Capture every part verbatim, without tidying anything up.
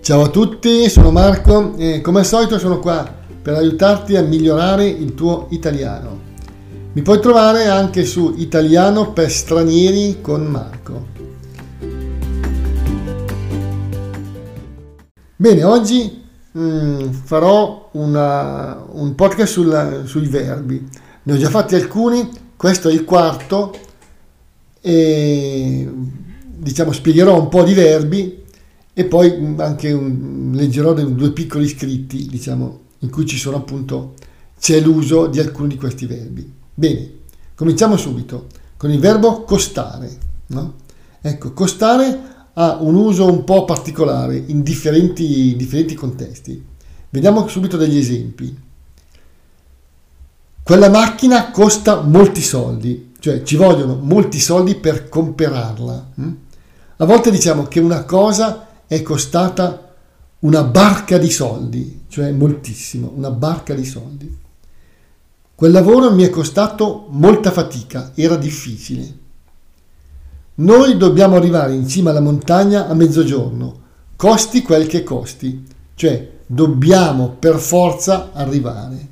Ciao a tutti, sono Marco e come al solito sono qua per aiutarti a migliorare il tuo italiano. Mi puoi trovare anche su Italiano per Stranieri con Marco. Bene, oggi mh, farò una, un podcast sul, sui verbi. Ne ho già fatti alcuni, questo è il quarto e diciamo spiegherò un po' di verbi e poi anche un, leggerò due piccoli scritti, diciamo, in cui ci sono appunto c'è l'uso di alcuni di questi verbi. Bene, cominciamo subito con il verbo costare, no? Ecco, costare ha un uso un po' particolare in differenti, differenti contesti. Vediamo subito degli esempi. Quella macchina costa molti soldi, cioè ci vogliono molti soldi per comprarla. A volte diciamo che una cosa è costata una barca di soldi, cioè moltissimo, una barca di soldi. Quel lavoro mi è costato molta fatica, era difficile. Noi dobbiamo arrivare in cima alla montagna a mezzogiorno, costi quel che costi, cioè dobbiamo per forza arrivare.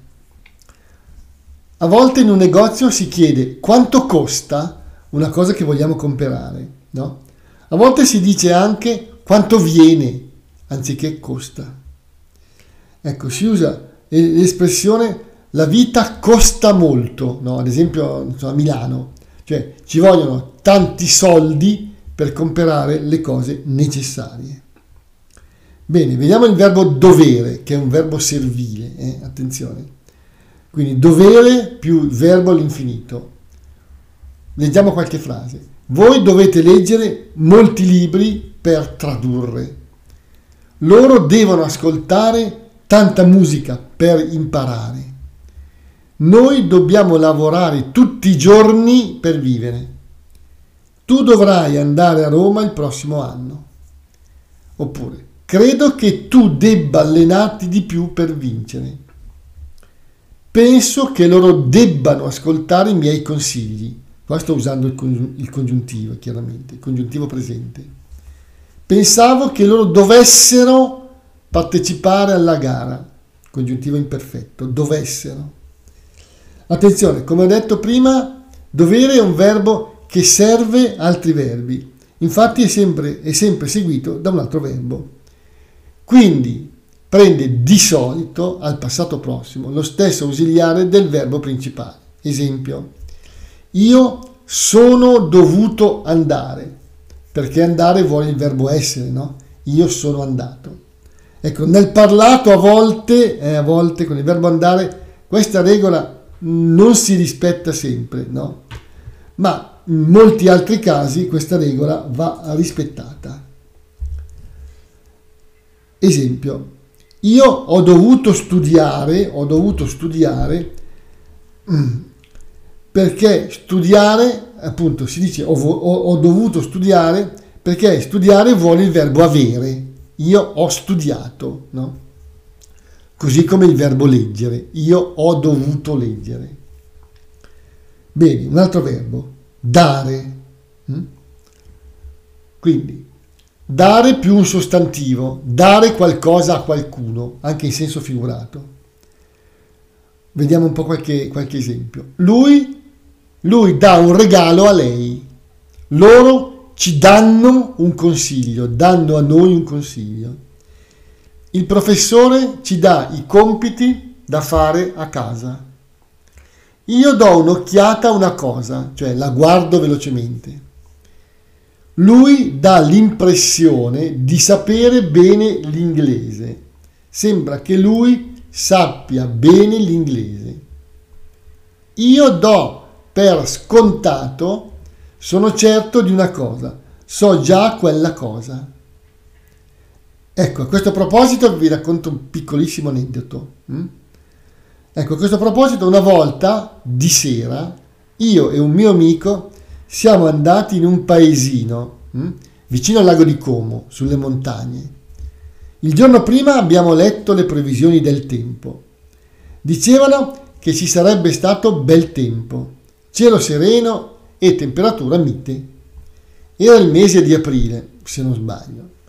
A volte in un negozio si chiede quanto costa una cosa che vogliamo comprare, no? A volte si dice anche quanto viene, anziché costa. Ecco, si usa l'espressione la vita costa molto, no? Ad esempio a Milano, cioè ci vogliono tanti soldi per comprare le cose necessarie. Bene, vediamo il verbo dovere, che è un verbo servile, eh? Attenzione. Quindi dovere più il verbo all'infinito. Leggiamo qualche frase. Voi dovete leggere molti libri per tradurre. Loro devono ascoltare tanta musica per imparare. Noi dobbiamo lavorare tutti i giorni per vivere. Tu dovrai andare a Roma il prossimo anno. Oppure, credo che tu debba allenarti di più per vincere. Penso che loro debbano ascoltare i miei consigli. Qua sto usando il, congiun- il congiuntivo, chiaramente, il congiuntivo presente. Pensavo che loro dovessero partecipare alla gara. Congiuntivo imperfetto, dovessero. Attenzione, come ho detto prima, dovere è un verbo che serve altri verbi. Infatti è sempre, è sempre seguito da un altro verbo. Quindi prende di solito al passato prossimo lo stesso ausiliare del verbo principale. Esempio, io sono dovuto andare, perché andare vuole il verbo essere, no? Io sono andato. Ecco, nel parlato a volte, eh, a volte con il verbo andare, questa regola non si rispetta sempre, no? Ma in molti altri casi questa regola va rispettata. Esempio, io ho dovuto studiare, ho dovuto studiare perché studiare, appunto si dice ho, ho, ho dovuto studiare perché studiare vuole il verbo avere. Io ho studiato, no? Così come il verbo leggere. Io ho dovuto leggere. Bene, un altro verbo, dare. Quindi, dare più un sostantivo, dare qualcosa a qualcuno, anche in senso figurato. Vediamo un po' qualche, qualche esempio. Lui Lui dà un regalo a lei. Loro ci danno un consiglio, danno a noi un consiglio. Il professore ci dà i compiti da fare a casa. Io do un'occhiata a una cosa, cioè la guardo velocemente. Lui dà l'impressione di sapere bene l'inglese. Sembra che lui sappia bene l'inglese. Io do per scontato, sono certo di una cosa, so già quella cosa. Ecco, a questo proposito vi racconto un piccolissimo aneddoto. Ecco, a questo proposito, una volta, di sera, io e un mio amico siamo andati in un paesino, vicino al lago di Como, sulle montagne. Il giorno prima abbiamo letto le previsioni del tempo. Dicevano che ci sarebbe stato bel tempo. Cielo sereno e temperatura mite. Era il mese di aprile, se non sbaglio.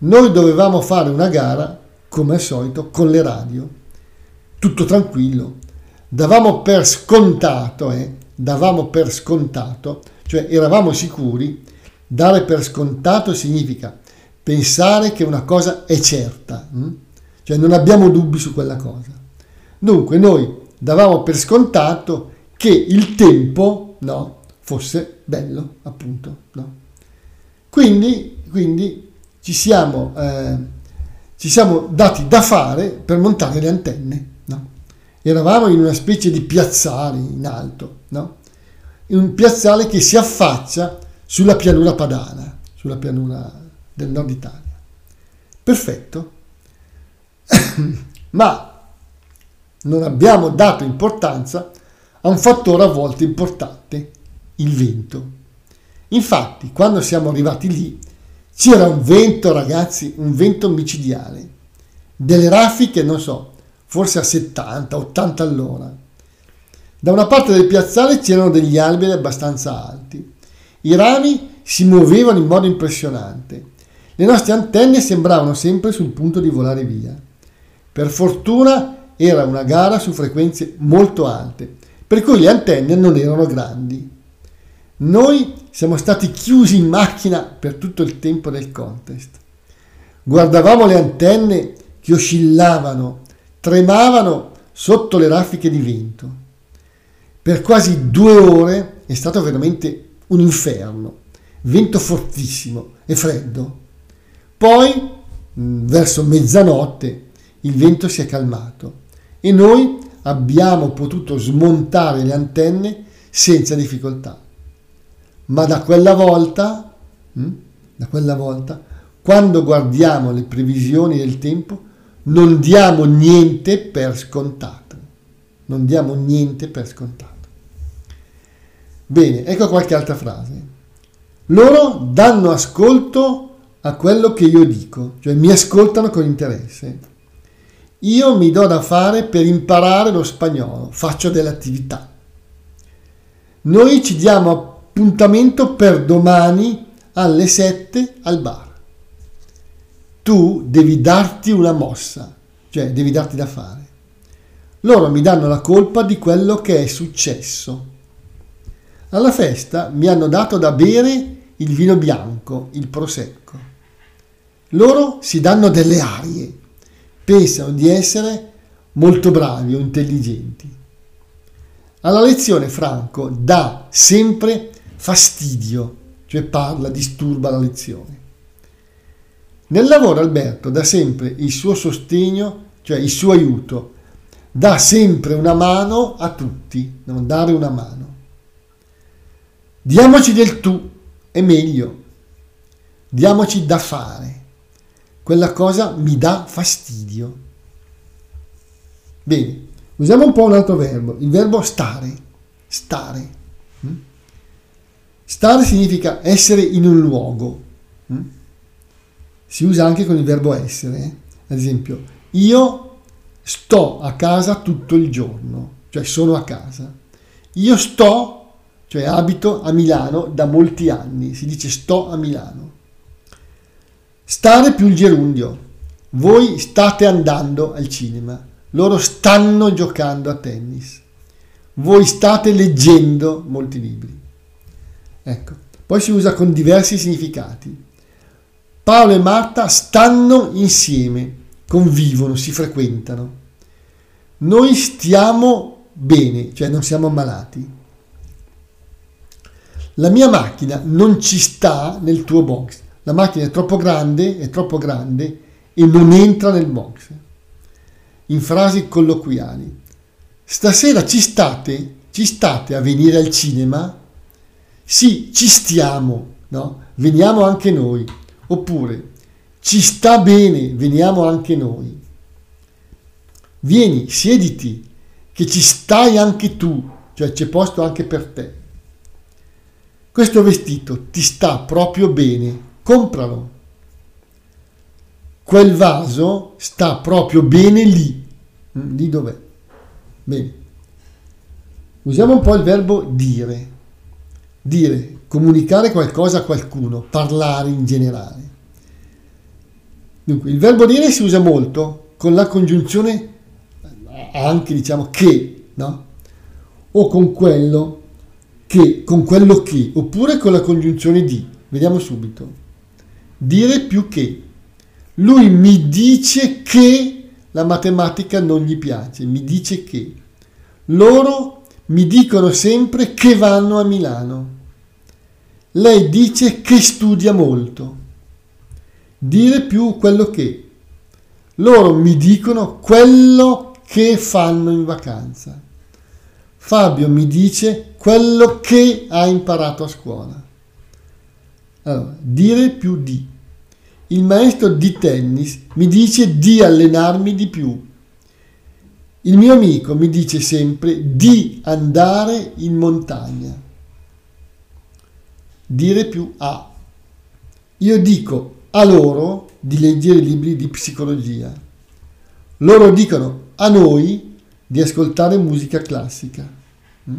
Noi dovevamo fare una gara, come al solito, con le radio, tutto tranquillo. Davamo per scontato, eh, davamo per scontato, cioè eravamo sicuri. Dare per scontato significa pensare che una cosa è certa, hm? Cioè non abbiamo dubbi su quella cosa. Dunque noi davamo per scontato che il tempo, no, fosse bello, appunto, no? Quindi, quindi ci siamo, eh, ci siamo dati da fare per montare le antenne, no? Eravamo in una specie di piazzale in alto, no? In un piazzale che si affaccia sulla pianura padana, sulla pianura del nord Italia. Perfetto. Ma non abbiamo dato importanza a un fattore a volte importante, il vento. Infatti, quando siamo arrivati lì, c'era un vento, ragazzi, un vento micidiale. Delle raffiche, non so, forse a settanta ottanta all'ora. Da una parte del piazzale c'erano degli alberi abbastanza alti. I rami si muovevano in modo impressionante. Le nostre antenne sembravano sempre sul punto di volare via. Per fortuna era una gara su frequenze molto alte, per cui le antenne non erano grandi. Noi siamo stati chiusi in macchina per tutto il tempo del contest. Guardavamo le antenne che oscillavano, tremavano sotto le raffiche di vento. Per quasi due ore è stato veramente un inferno, vento fortissimo e freddo. Poi, verso mezzanotte, il vento si è calmato e noi abbiamo potuto smontare le antenne senza difficoltà. Ma da quella volta, da quella volta, quando guardiamo le previsioni del tempo, non diamo niente per scontato. Non diamo niente per scontato. Bene, ecco qualche altra frase. Loro danno ascolto a quello che io dico, cioè mi ascoltano con interesse. Io mi do da fare per imparare lo spagnolo, faccio delle attività. Noi ci diamo appuntamento per domani alle sette al bar. Tu devi darti una mossa, cioè devi darti da fare. Loro mi danno la colpa di quello che è successo. Alla festa mi hanno dato da bere il vino bianco, il prosecco. Loro si danno delle arie, pensano di essere molto bravi o intelligenti. Alla lezione Franco dà sempre fastidio, cioè parla, disturba la lezione. Nel lavoro Alberto dà sempre il suo sostegno, cioè il suo aiuto, dà sempre una mano a tutti, non dare una mano. Diamoci del tu, è meglio. Diamoci da fare. Quella cosa mi dà fastidio. Bene, usiamo un po' un altro verbo, il verbo stare. Stare. Stare significa essere in un luogo. Si usa anche con il verbo essere. Eh? Ad esempio, io sto a casa tutto il giorno, cioè sono a casa. Io sto, cioè abito a Milano da molti anni, si dice sto a Milano. Stare più il gerundio. Voi state andando al cinema, loro stanno giocando a tennis. Voi state leggendo molti libri. Ecco, poi si usa con diversi significati. Paolo e Marta stanno insieme, convivono, si frequentano. Noi stiamo bene, cioè non siamo ammalati. La mia macchina non ci sta nel tuo box. La macchina è troppo grande, è troppo grande e non entra nel box. In frasi colloquiali. Stasera ci state? Ci state a venire al cinema? Sì, ci stiamo, no? Veniamo anche noi. Oppure, ci sta bene, veniamo anche noi. Vieni, siediti, che ci stai anche tu, cioè c'è posto anche per te. Questo vestito ti sta proprio bene, compralo. Quel vaso sta proprio bene lì. Lì dov'è? Bene. Usiamo un po' il verbo dire. Dire, comunicare qualcosa a qualcuno, parlare in generale. Dunque, il verbo dire si usa molto con la congiunzione anche, diciamo, che, no? O con quello che, con quello che, oppure con la congiunzione di. Vediamo subito. Dire più che. Lui mi dice che la matematica non gli piace, mi dice che. Loro mi dicono sempre che vanno a Milano. Lei dice che studia molto. Dire più quello che. Loro mi dicono quello che fanno in vacanza. Fabio mi dice quello che ha imparato a scuola. Allora, dire più di. Il maestro di tennis mi dice di allenarmi di più. Il mio amico mi dice sempre di andare in montagna. Dire più a. Io dico a loro di leggere libri di psicologia. Loro dicono a noi di ascoltare musica classica. Mm?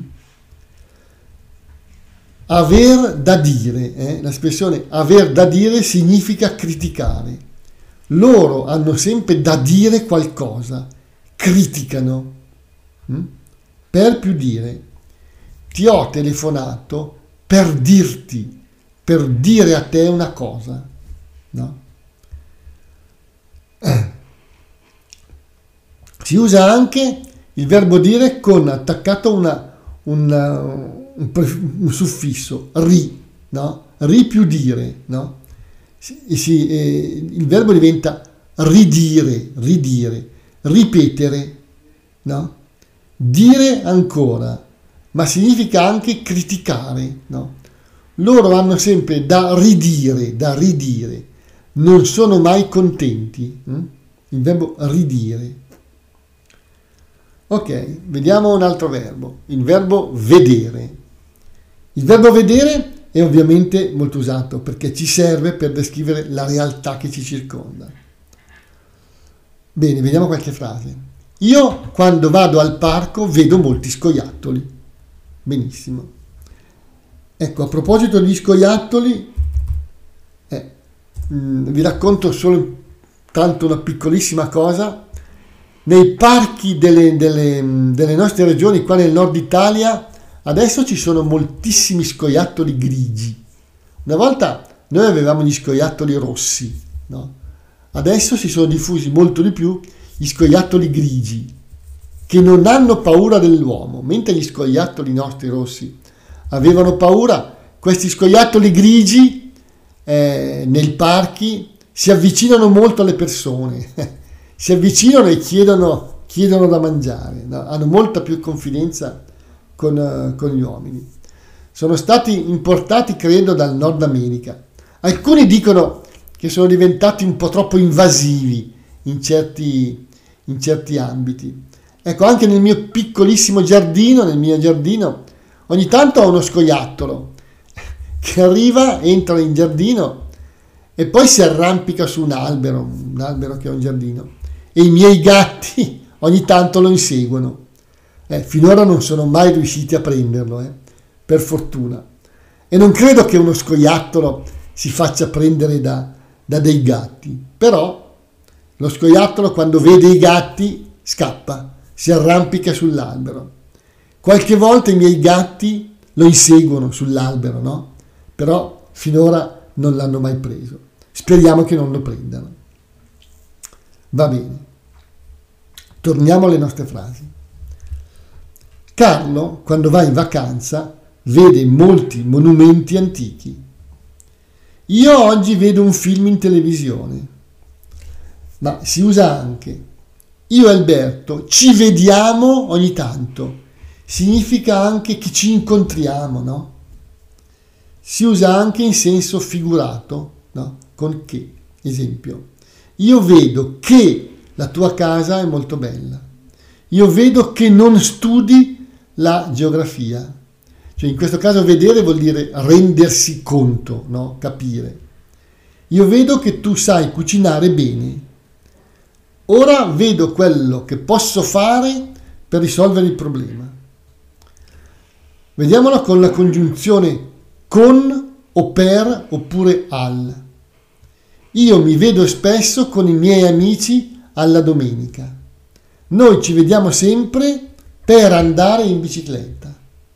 Aver da dire, eh? L'espressione aver da dire significa criticare. Loro hanno sempre da dire qualcosa, criticano. Mm? Per più dire, ti ho telefonato per dirti, per dire a te una cosa, no? Eh. Si usa anche il verbo dire con attaccato una, una, un, un suffisso, ri, no? Ri più dire, no? Si, si, eh, il verbo diventa ridire, ridire, ripetere, no? Dire ancora, ma significa anche criticare, no? Loro hanno sempre da ridire, da ridire, non sono mai contenti. Hm? Il verbo ridire. Ok, vediamo un altro verbo, il verbo vedere. Il verbo vedere è ovviamente molto usato perché ci serve per descrivere la realtà che ci circonda. Bene, vediamo qualche frase. Io quando vado al parco vedo molti scoiattoli. Benissimo. Ecco, a proposito di scoiattoli, eh, mh, vi racconto solo tanto una piccolissima cosa. Nei parchi delle, delle, delle nostre regioni, qua nel nord Italia, adesso ci sono moltissimi scoiattoli grigi. Una volta noi avevamo gli scoiattoli rossi, no? Adesso si sono diffusi molto di più gli scoiattoli grigi, che non hanno paura dell'uomo, mentre gli scoiattoli nostri rossi avevano paura. Questi scoiattoli grigi eh, nei parchi si avvicinano molto alle persone, si avvicinano e chiedono, chiedono da mangiare, no? Hanno molta più confidenza con, uh, con gli uomini. Sono stati importati, credo, dal Nord America. Alcuni dicono che sono diventati un po' troppo invasivi in certi, in certi ambiti. Ecco, anche nel mio piccolissimo giardino, nel mio giardino, ogni tanto ho uno scoiattolo che arriva, entra in giardino e poi si arrampica su un albero, un albero che ho in giardino, e i miei gatti ogni tanto lo inseguono. Eh, finora non sono mai riusciti a prenderlo, eh, per fortuna. E non credo che uno scoiattolo si faccia prendere da, da dei gatti, però lo scoiattolo quando vede i gatti scappa, si arrampica sull'albero. Qualche volta i miei gatti lo inseguono sull'albero, no? Però finora non l'hanno mai preso. Speriamo che non lo prendano. Va bene. Torniamo alle nostre frasi. Carlo, quando va in vacanza, vede molti monumenti antichi. Io oggi vedo un film in televisione. Ma si usa anche io e Alberto ci vediamo ogni tanto. Significa anche che ci incontriamo, no? Si usa anche in senso figurato, no? Con che. Esempio, io vedo che la tua casa è molto bella. Io vedo che non studi la geografia. Cioè in questo caso vedere vuol dire rendersi conto, no? Capire. Io vedo che tu sai cucinare bene. Ora vedo quello che posso fare per risolvere il problema. Vediamolo con la congiunzione con o per oppure al. Io mi vedo spesso con i miei amici alla domenica. Noi ci vediamo sempre per andare in bicicletta.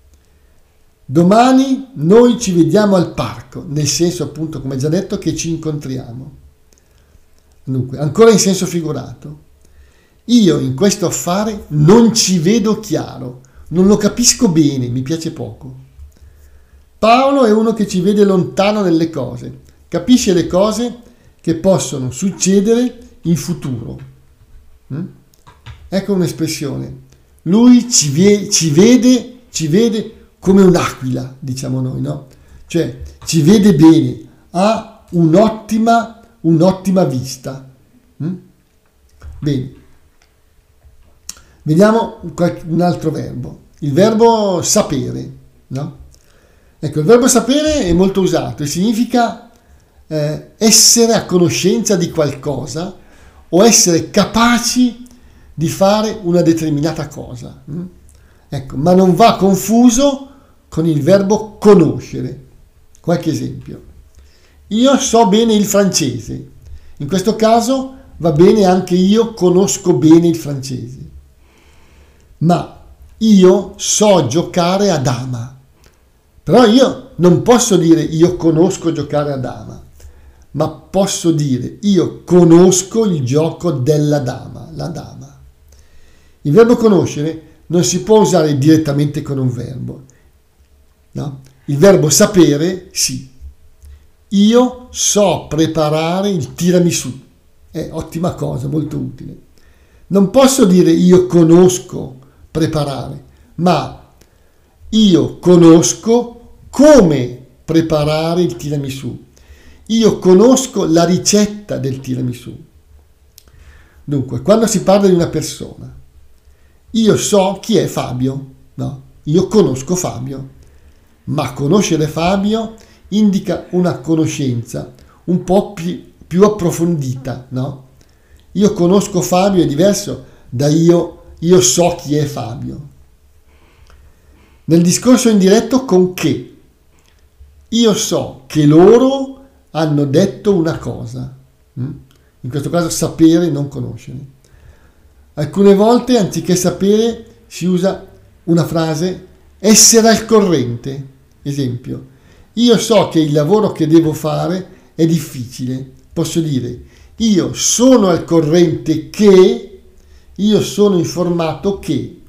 Domani noi ci vediamo al parco, nel senso appunto, come già detto, che ci incontriamo. Dunque, ancora in senso figurato. Io in questo affare non ci vedo chiaro, non lo capisco bene, mi piace poco. Paolo è uno che ci vede lontano nelle cose, capisce le cose che possono succedere in futuro. Mm? Ecco un'espressione. Lui ci, ve- ci vede, ci vede come un'aquila, diciamo noi, no? Cioè ci vede bene, ha un'ottima, un'ottima vista. Mm? Bene. Vediamo un altro verbo, il verbo sapere, no? Ecco, il verbo sapere è molto usato e significa eh, essere a conoscenza di qualcosa o essere capaci di fare una determinata cosa. Mm? Ecco, ma non va confuso con il verbo conoscere. Qualche esempio. Io so bene il francese. In questo caso va bene anche io conosco bene il francese. Ma io so giocare a dama. Però io non posso dire io conosco giocare a dama, ma posso dire io conosco il gioco della dama, la dama. Il verbo conoscere non si può usare direttamente con un verbo, no? Il verbo sapere sì. Io so preparare il tiramisù, è ottima cosa, molto utile. Non posso dire io conosco preparare, ma io conosco come preparare il tiramisù. Io conosco la ricetta del tiramisù. Dunque, quando si parla di una persona, io so chi è Fabio, no? Io conosco Fabio, ma conoscere Fabio indica una conoscenza un po' più, più approfondita, no? Io conosco Fabio è diverso da io Io so chi è Fabio. Nel discorso indiretto con che? Io so che loro hanno detto una cosa. In questo caso sapere, non conoscere. Alcune volte, anziché sapere, si usa una frase essere al corrente. Esempio, io so che il lavoro che devo fare è difficile. Posso dire, io sono al corrente che... Io sono informato che.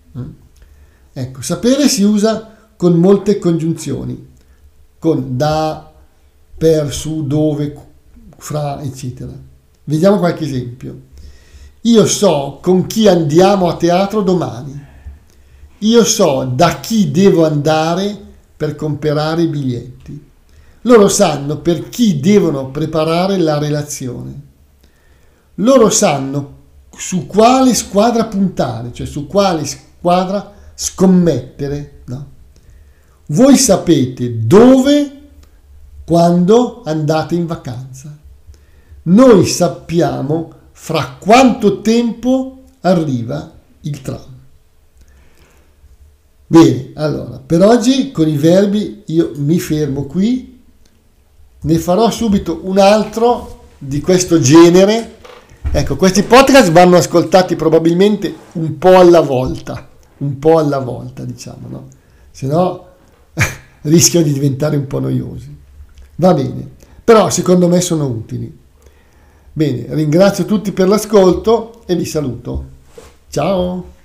Ecco, sapere si usa con molte congiunzioni, con da, per, su, dove, fra, eccetera. Vediamo qualche esempio. Io so con chi andiamo a teatro domani. Io so da chi devo andare per comprare i biglietti. Loro sanno per chi devono preparare la relazione. Loro sanno su quale squadra puntare, cioè su quale squadra scommettere, no? Voi sapete dove, quando andate in vacanza. Noi sappiamo fra quanto tempo arriva il tram. Bene, allora, per oggi con i verbi io mi fermo qui, ne farò subito un altro di questo genere. Ecco, questi podcast vanno ascoltati probabilmente un po' alla volta, un po' alla volta, diciamo, no? Se no rischiano di diventare un po' noiosi. Va bene, però secondo me sono utili. Bene, ringrazio tutti per l'ascolto e vi saluto. Ciao!